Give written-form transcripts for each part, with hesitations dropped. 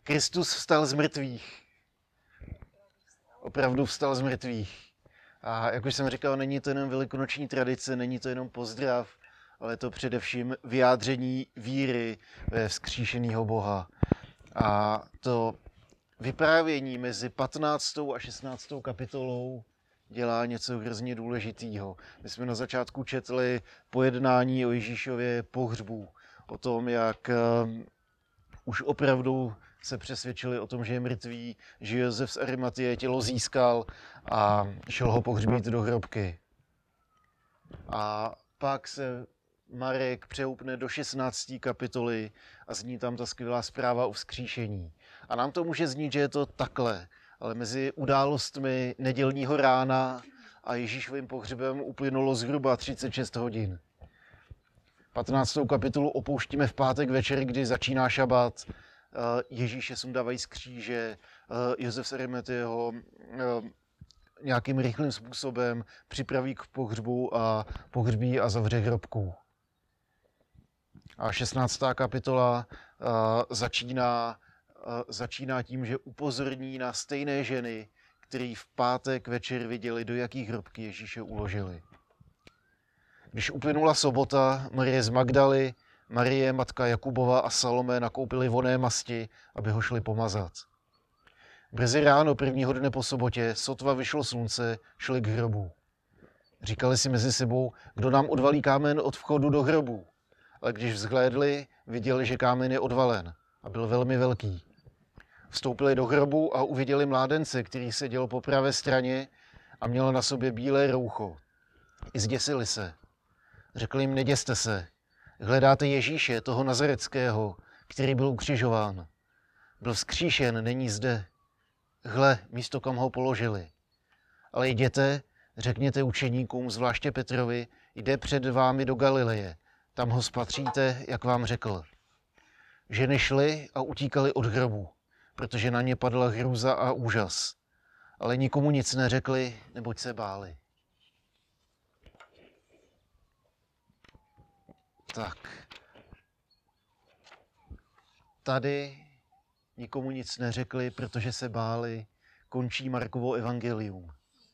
Kristus vstal z mrtvých. Opravdu vstal z mrtvých. A jak už jsem říkal, není to jenom velikonoční tradice, není to jenom pozdrav, ale je to především vyjádření víry ve vzkříšenýho Boha. A to vyprávění mezi 15. a 16. kapitolou dělá něco hrozně důležitého. My jsme na začátku četli pojednání o Ježíšově pohřbu, o tom, jak už opravdu se přesvědčili o tom, že je mrtvý, že Josef z Arimatie tělo získal a šel ho pohřbít do hrobky. A pak se Marek přehoupne do 16. kapitoly a zní tam ta skvělá zpráva o vzkříšení. A nám to může znít, že je to takhle, ale mezi událostmi nedělního rána a Ježíšovým pohřbem uplynulo zhruba 36 hodin. 15. kapitolu opouštíme v pátek večer, kdy začíná šabat. Ježíše sundávají z kříže, Josef z Arimatie ho nějakým rychlým způsobem připraví k pohřbu a pohřbí a zavře hrobku. A 16. kapitola začíná tím, že upozorní na stejné ženy, které v pátek večer viděli, do jakých hrobky Ježíše uložili. Když uplynula sobota, Marie z Magdaly, Marie, matka Jakubova a Salome nakoupili vonné masti, aby ho šli pomazat. Brzy ráno prvního dne po sobotě, sotva vyšlo slunce, šli k hrobu. Říkali si mezi sebou, kdo nám odvalí kámen od vchodu do hrobu. Ale když vzhlédli, viděli, že kámen je odvalen a byl velmi velký. Vstoupili do hrobu a uviděli mládence, který seděl po pravé straně a měl na sobě bílé roucho. I zděsili se. Řekli jim, neděste se. Hledáte Ježíše, toho Nazareckého, který byl ukřižován. Byl vzkříšen, není zde. Hle, místo, kam ho položili. Ale jděte, řekněte učeníkům, zvláště Petrovi, jde před vámi do Galileje. Tam ho spatříte, jak vám řekl. Ženy šly a utíkaly od hrobu, protože na ně padla hrůza a úžas. Ale nikomu nic neřekli, neboť se báli. Tak. Tady nikomu nic neřekli, protože se báli, končí Markovo evangelium.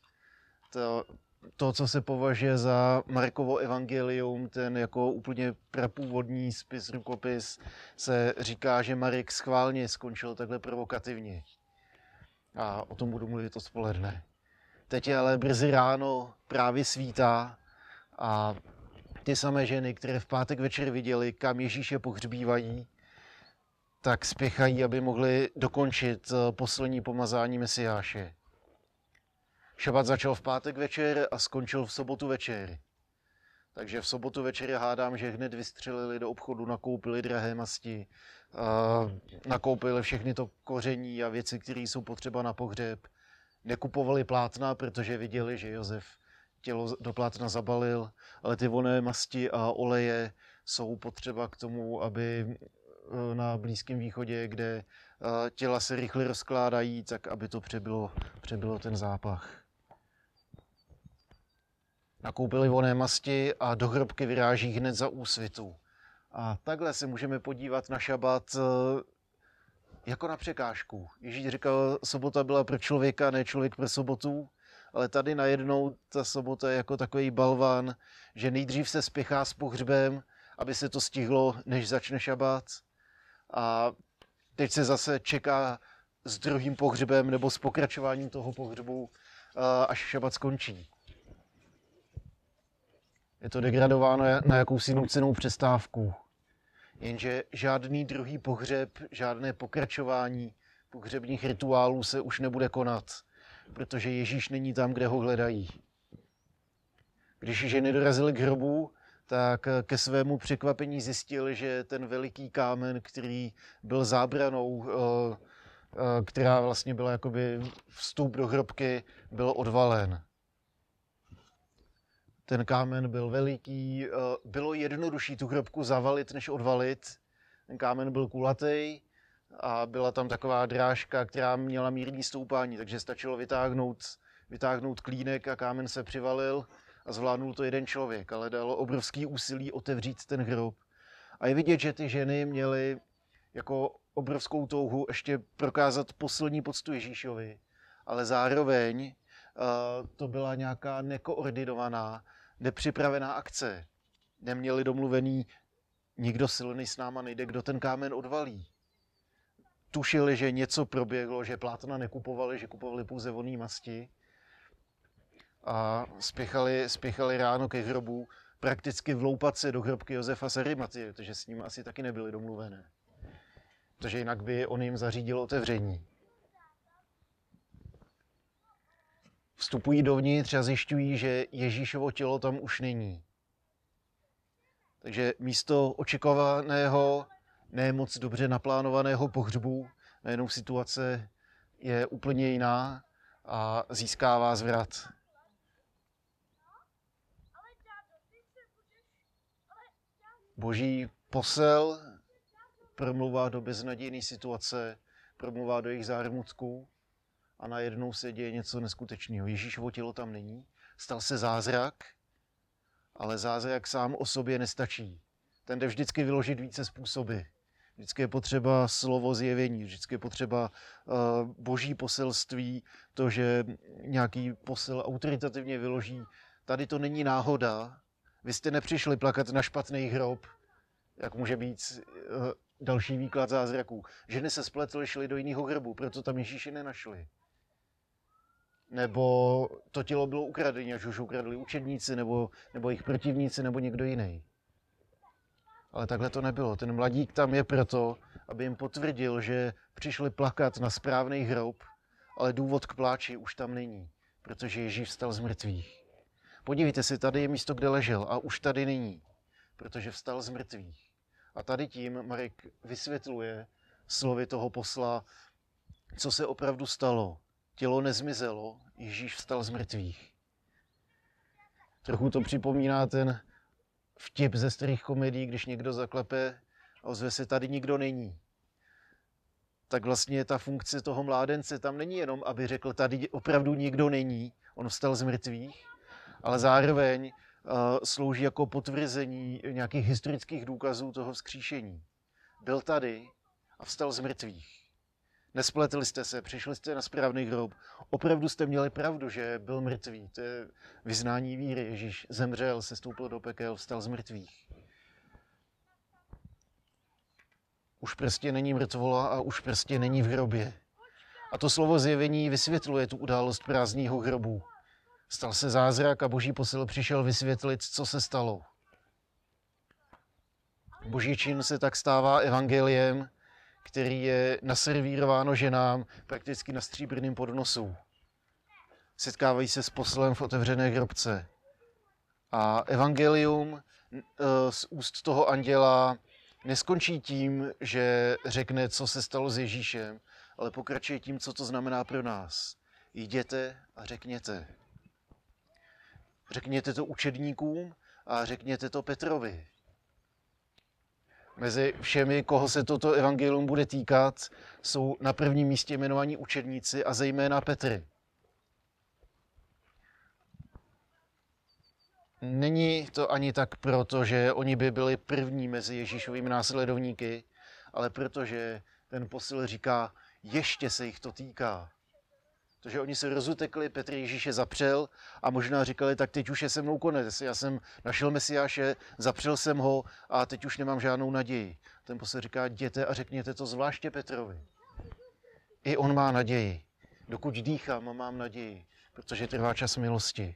To, co se považuje za Markovo evangelium, ten jako úplně prapůvodní spis, rukopis, se říká, že Marek schválně skončil takhle provokativně. A o tom budu mluvit odpoledne. Teď je ale brzy ráno, právě svítá a ty samé ženy, které v pátek večer viděli, kam Ježíše pohřbívají, tak spěchají, aby mohli dokončit poslední pomazání Mesiáše. Šabat začal v pátek večer a skončil v sobotu večer. Takže v sobotu večer hádám, že hned vystřelili do obchodu, nakoupili drahé masti, nakoupili všechny to koření a věci, které jsou potřeba na pohřeb. Nekupovali plátna, protože viděli, že Josef tělo do plátna zabalil, ale ty vonné masti a oleje jsou potřeba k tomu, aby na Blízkém východě, kde těla se rychle rozkládají, tak aby to přebylo ten zápach. Nakoupili vonné masti a do hrobky vyráží hned za úsvitu. A takhle se můžeme podívat na šabat jako na překážku. Ježíš říkal, sobota byla pro člověka, ne člověk pro sobotu, ale tady najednou ta sobota je jako takový balvan, že nejdřív se spěchá s pohřbem, aby se to stihlo, než začne šabat. A teď se zase čeká s druhým pohřbem nebo s pokračováním toho pohřbu, až šabat skončí. Je to degradováno na jakousi nucenou přestávku. Jenže žádný druhý pohřeb, žádné pokračování pohřebních rituálů se už nebude konat, protože Ježíš není tam, kde ho hledají. Když ženy dorazily k hrobu, tak ke svému překvapení zjistili, že ten veliký kámen, který byl zábranou, která vlastně byla jakoby vstup do hrobky, byl odvalen. Ten kámen byl veliký, bylo jednodušší tu hrobku zavalit, než odvalit. Ten kámen byl kulatý a byla tam taková drážka, která měla mírný stoupání, takže stačilo vytáhnout klínek a kámen se přivalil a zvládnul to jeden člověk, ale dalo obrovský úsilí otevřít ten hrob. A je vidět, že ty ženy měly jako obrovskou touhu ještě prokázat poslední poctu Ježíšovi, ale zároveň to byla nějaká nekoordinovaná, nepřipravená akce. Neměli domluvený, nikdo silný s náma nejde, kdo ten kámen odvalí. Tušili, že něco proběhlo, že plátna nekupovali, že kupovali pouze vonný masti a spěchali ráno ke hrobu, prakticky vloupat se do hrobky Josefa z Arimatie, protože s ním asi taky nebyli domluvené. Protože jinak by on jim zařídil otevření. Vstupují dovnitř a zjišťují, že Ježíšovo tělo tam už není. Takže místo očekávaného, ne moc dobře naplánovaného pohřbu, najednou situace je úplně jiná a získává zvrat. Boží posel promluvá do beznadějné situace, promluvá do jejich zármutků a najednou se děje něco neskutečného. Ježíšovo tělo tam není, stal se zázrak, ale zázrak sám o sobě nestačí. Ten jde vždycky vyložit více způsoby. Vždycky je potřeba slovo zjevení, vždycky je potřeba boží poselství, to, že nějaký posel autoritativně vyloží. Tady to není náhoda, vy jste nepřišli plakat na špatný hrob, jak může být další výklad zázraků. Ženy se spletly, šly do jiného hrobu, proto tam Ježíše nenašli. Nebo to tělo bylo ukradené, až už ukradli učedníci, nebo jejich protivníci, nebo někdo jiný. Ale takhle to nebylo. Ten mladík tam je proto, aby jim potvrdil, že přišli plakat na správný hrob, ale důvod k pláči už tam není, protože Ježíš vstal z mrtvých. Podívejte si, tady je místo, kde ležel a už tady není, protože vstal z mrtvých. A tady tím Marek vysvětluje slovy toho posla, co se opravdu stalo. Tělo nezmizelo, Ježíš vstal z mrtvých. Trochu to připomíná ten vtip ze starých komedií, když někdo zaklepe a ozve se, tady nikdo není. Tak vlastně ta funkce toho mládence tam není jenom, aby řekl, tady opravdu nikdo není, on vstal z mrtvých, ale zároveň slouží jako potvrzení nějakých historických důkazů toho vzkříšení. Byl tady a vstal z mrtvých. Nespletli jste se, přišli jste na správný hrob. Opravdu jste měli pravdu, že byl mrtvý. To je vyznání víry. Ježíš zemřel, sestoupil do pekel, vstal z mrtvých. Už prostě není mrtvola a už prostě není v hrobě. A to slovo zjevení vysvětluje tu událost prázdného hrobu. Stal se zázrak a boží posel přišel vysvětlit, co se stalo. Boží čin se tak stává evangeliem, který je naservírováno ženám prakticky na stříbrném podnosu. Setkávají se s poslem v otevřené hrobce. A evangelium z úst toho anděla neskončí tím, že řekne, co se stalo s Ježíšem, ale pokračuje tím, co to znamená pro nás. Jděte a řekněte. Řekněte to učedníkům a řekněte to Petrovi. Mezi všemi, koho se toto evangelium bude týkat, jsou na prvním místě jmenovaní učedníci a zejména Petr. Není to ani tak proto, že oni by byli první mezi Ježíšovými následovníky, ale protože ten posel říká, ještě se jich to týká. Protože oni se rozutekli, Petr Ježíše zapřel a možná říkali, tak teď už je se mnou konec. Já jsem našel Mesiáše, zapřel jsem ho a teď už nemám žádnou naději. Ten posel říká, jděte a řekněte to zvláště Petrovi. I on má naději. Dokud dýchám, mám naději, protože trvá čas milosti.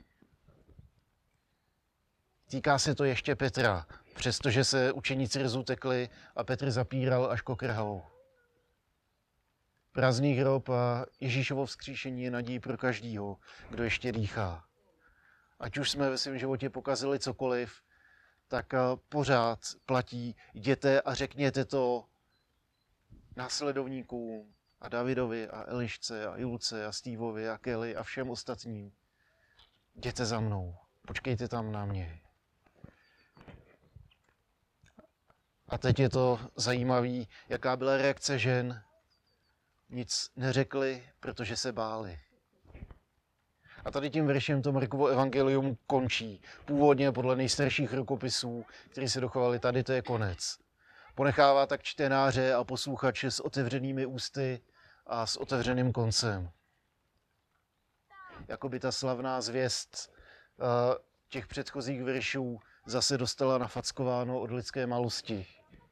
Týká se to ještě Petra, přestože se učeníci rozutekli a Petr zapíral až kokrhalou. Prázdný hrob a Ježíšovo vzkříšení je nadějí pro každýho, kdo ještě dýchá. Ať už jsme ve svém životě pokazili cokoliv, tak pořád platí, jděte a řekněte to následovníkům a Davidovi a Elišce a Julce a Steveovi a Kelly a všem ostatním. Jděte za mnou, počkejte tam na mě. A teď je to zajímavé, jaká byla reakce žen. Nic neřekli, protože se báli. A tady tím veršem to Markovo evangelium končí. Původně podle nejstarších rukopisů, které se dochovaly, tady to je konec. Ponechává tak čtenáře a posluchače s otevřenými ústy a s otevřeným koncem. Jakoby ta slavná zvěst těch předchozích veršů zase dostala nafackováno od lidské malosti.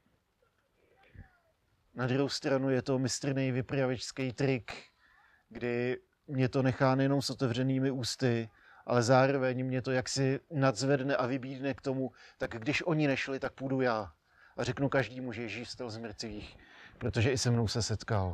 Na druhou stranu je to mistrný vypravěčský trik, kdy mě to nechá nejenom s otevřenými ústy, ale zároveň mě to jaksi nadzvedne a vybídne k tomu, tak když oni nešli, tak půjdu já. A řeknu každému, že Ježíš vstal z mrtvých, protože i se mnou se setkal.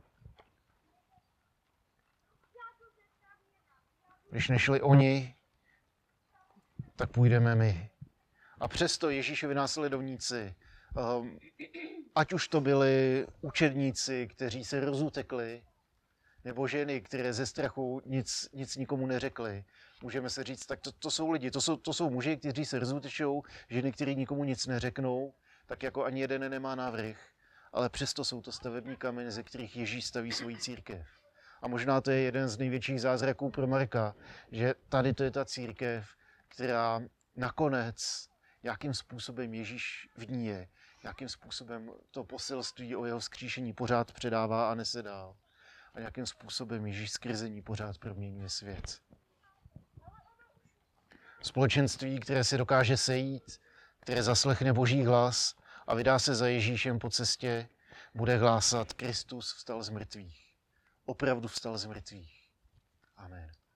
Když nešli oni, tak půjdeme my. A přesto Ježíšovi následovníci, ať už to byli učedníci, kteří se rozutekli, nebo ženy, které ze strachu nic nikomu neřekly. Můžeme se říct, tak to jsou lidi, to jsou muži, kteří se rozutečou, ženy, kteří nikomu nic neřeknou, tak jako ani jeden nemá návrh. Ale přesto jsou to stavební kameny, ze kterých Ježíš staví svoji církev. A možná to je jeden z největších zázraků pro Marka, že tady to je ta církev, která nakonec jakým způsobem Ježíš v ní je, jakým způsobem to poselství o jeho vzkříšení pořád předává a nese dál. A jakým způsobem Ježíš skrze ní pořád proměňuje svět. Společenství, které se dokáže sejít, které zaslechne Boží hlas a vydá se za Ježíšem po cestě, bude hlásat: Kristus vstal z mrtvých. Opravdu vstal z mrtvých. Amen.